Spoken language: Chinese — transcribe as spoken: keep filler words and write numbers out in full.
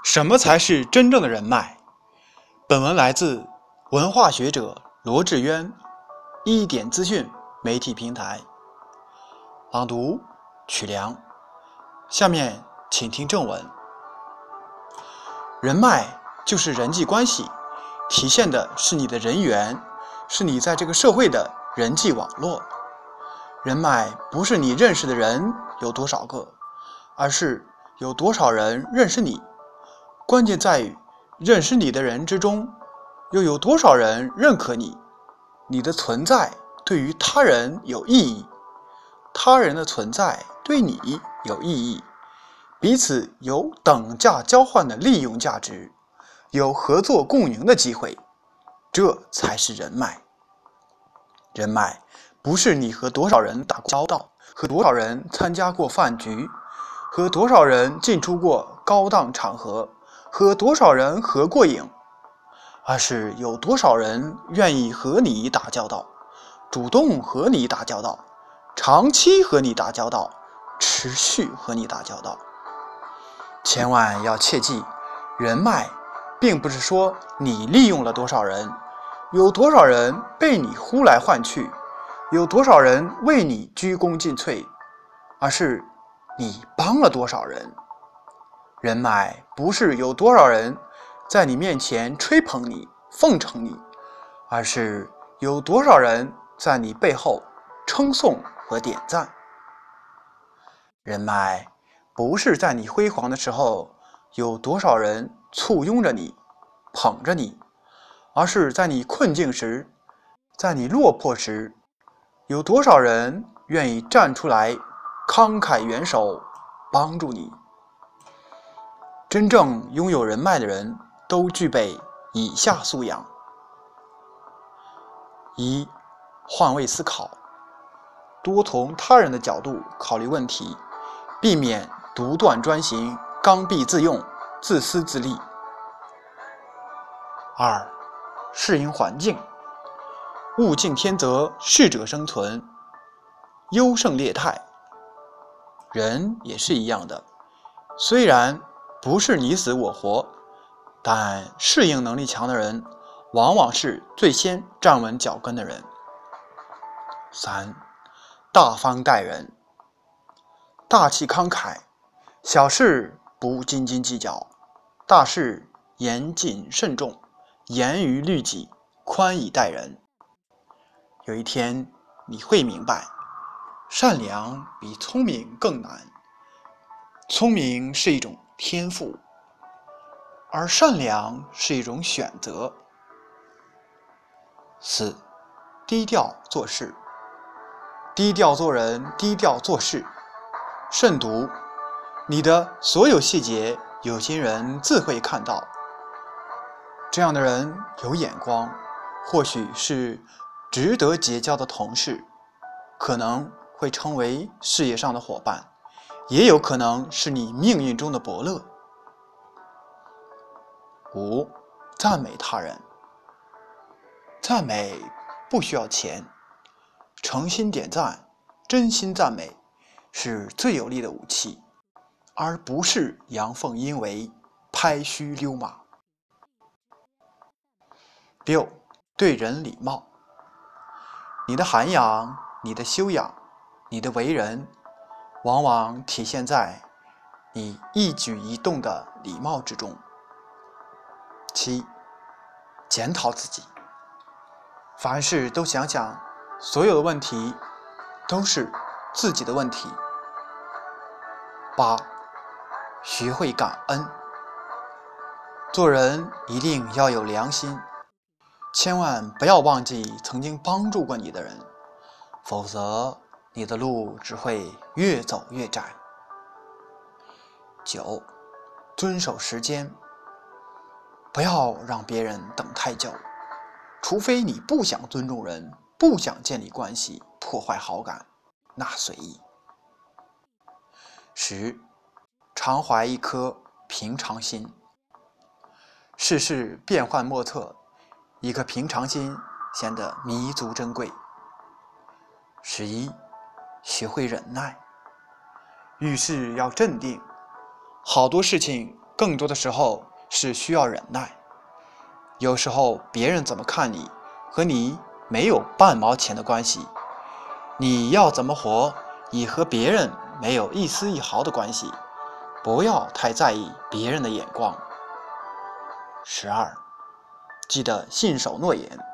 什么才是真正的人脉？本文来自文化学者罗志渊，一点资讯媒体平台。朗读曲良。下面请听正文。人脉就是人际关系，体现的是你的人缘，是你在这个社会的人际网络。人脉不是你认识的人有多少个，而是有多少人认识你。关键在于认识你的人之中，又有多少人认可你。你的存在对于他人有意义，他人的存在对你有意义，彼此有等价交换的利用价值，有合作共赢的机会，这才是人脉。人脉不是你和多少人打过交道，和多少人参加过饭局，和多少人进出过高档场合，和多少人合过影，而是有多少人愿意和你打交道，主动和你打交道，长期和你打交道，持续和你打交道。千万要切记，人脉并不是说你利用了多少人，有多少人被你呼来唤去，有多少人为你鞠躬尽瘁，而是你帮了多少人。人脉不是有多少人在你面前吹捧你、奉承你，而是有多少人在你背后称颂和点赞。人脉不是在你辉煌的时候有多少人簇拥着你、捧着你，而是在你困境时，在你落魄时，有多少人愿意站出来慷慨援手帮助你。真正拥有人脉的人都具备以下素养：一、换位思考，多从他人的角度考虑问题，避免独断专行、刚愎自用、自私自利。二、适应环境，物竞天择，适者生存，优胜劣汰。人也是一样的，虽然不是你死我活，但适应能力强的人往往是最先站稳脚跟的人。三、大方待人，大气慷慨，小事不斤斤计较，大事严谨慎重，严于律己，宽以待人。有一天你会明白，善良比聪明更难，聪明是一种天赋，而善良是一种选择。四、低调做事，低调做人，低调做事。慎独，你的所有细节，有心人自会看到。这样的人有眼光，或许是值得结交的同事，可能会成为事业上的伙伴，也有可能是你命运中的伯乐。五、赞美他人，赞美不需要钱，诚心点赞，真心赞美是最有力的武器，而不是阳奉阴违、拍虚溜马。六、对人礼貌，你的涵养、你的修养、你的为人，往往体现在你一举一动的礼貌之中。七、检讨自己，凡事都想想，所有的问题都是自己的问题。八、学会感恩，做人一定要有良心，千万不要忘记曾经帮助过你的人，否则你的路只会越走越窄。九、遵守时间，不要让别人等太久，除非你不想尊重人，不想建立关系，破坏好感，那随意。十、常怀一颗平常心，世事变幻莫测，一颗平常心显得弥足珍贵。十一、学会忍耐，遇事要镇定，好多事情更多的时候是需要忍耐。有时候别人怎么看你，和你没有半毛钱的关系。你要怎么活，也和别人没有一丝一毫的关系。不要太在意别人的眼光。十二，记得信守诺言。